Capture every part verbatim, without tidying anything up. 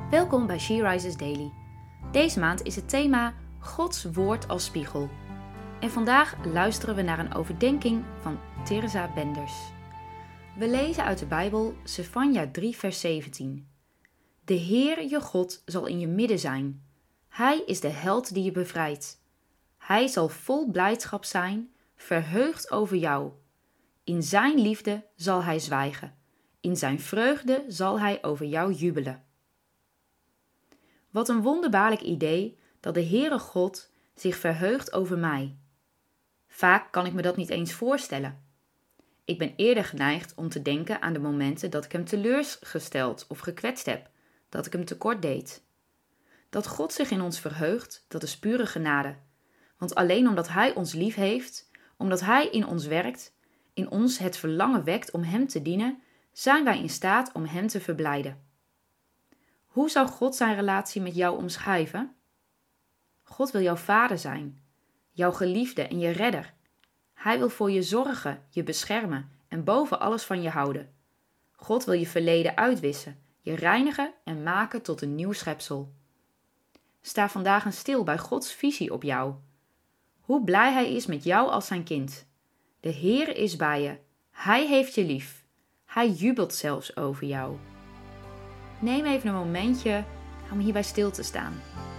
Welkom bij She Rises Daily. Deze maand is het thema Gods woord als spiegel. En vandaag luisteren we naar een overdenking van Teresa Benders. We lezen uit de Bijbel Zefanja drie vers zeventien. De Heer je God zal in je midden zijn. Hij is de held die je bevrijdt. Hij zal vol blijdschap zijn, verheugd over jou. In zijn liefde zal hij zwijgen. In zijn vreugde zal hij over jou jubelen. Wat een wonderbaarlijk idee dat de Heere God zich verheugt over mij. Vaak kan ik me dat niet eens voorstellen. Ik ben eerder geneigd om te denken aan de momenten dat ik hem teleurgesteld of gekwetst heb, dat ik hem tekort deed. Dat God zich in ons verheugt, dat is pure genade. Want alleen omdat hij ons lief heeft, omdat hij in ons werkt, in ons het verlangen wekt om hem te dienen, zijn wij in staat om hem te verblijden. Hoe zou God zijn relatie met jou omschrijven? God wil jouw vader zijn, jouw geliefde en je redder. Hij wil voor je zorgen, je beschermen en boven alles van je houden. God wil je verleden uitwissen, je reinigen en maken tot een nieuw schepsel. Sta vandaag eens stil bij Gods visie op jou. Hoe blij hij is met jou als zijn kind. De Heer is bij je. Hij heeft je lief. Hij jubelt zelfs over jou. Neem even een momentje om hierbij stil te staan.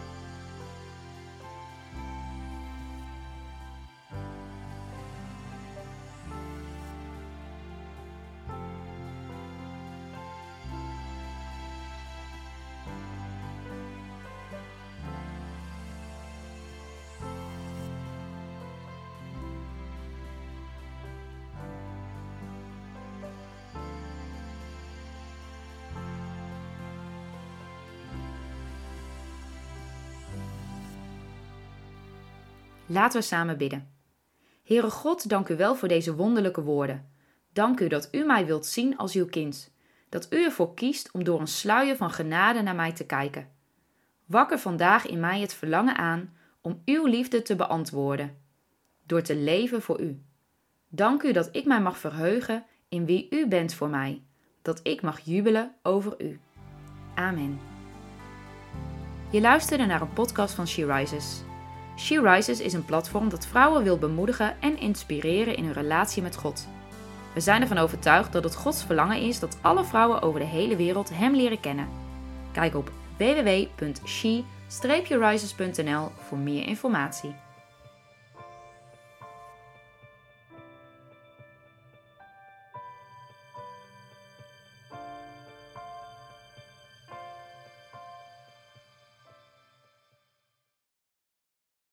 Laten we samen bidden. Heere God, dank u wel voor deze wonderlijke woorden. Dank u dat u mij wilt zien als uw kind. Dat u ervoor kiest om door een sluier van genade naar mij te kijken. Wakker vandaag in mij het verlangen aan om uw liefde te beantwoorden. Door te leven voor u. Dank u dat ik mij mag verheugen in wie u bent voor mij. Dat ik mag jubelen over u. Amen. Je luisterde naar een podcast van She Rises. She Rises is een platform dat vrouwen wil bemoedigen en inspireren in hun relatie met God. We zijn ervan overtuigd dat het Gods verlangen is dat alle vrouwen over de hele wereld hem leren kennen. Kijk op w w w punt she rises punt n l voor meer informatie.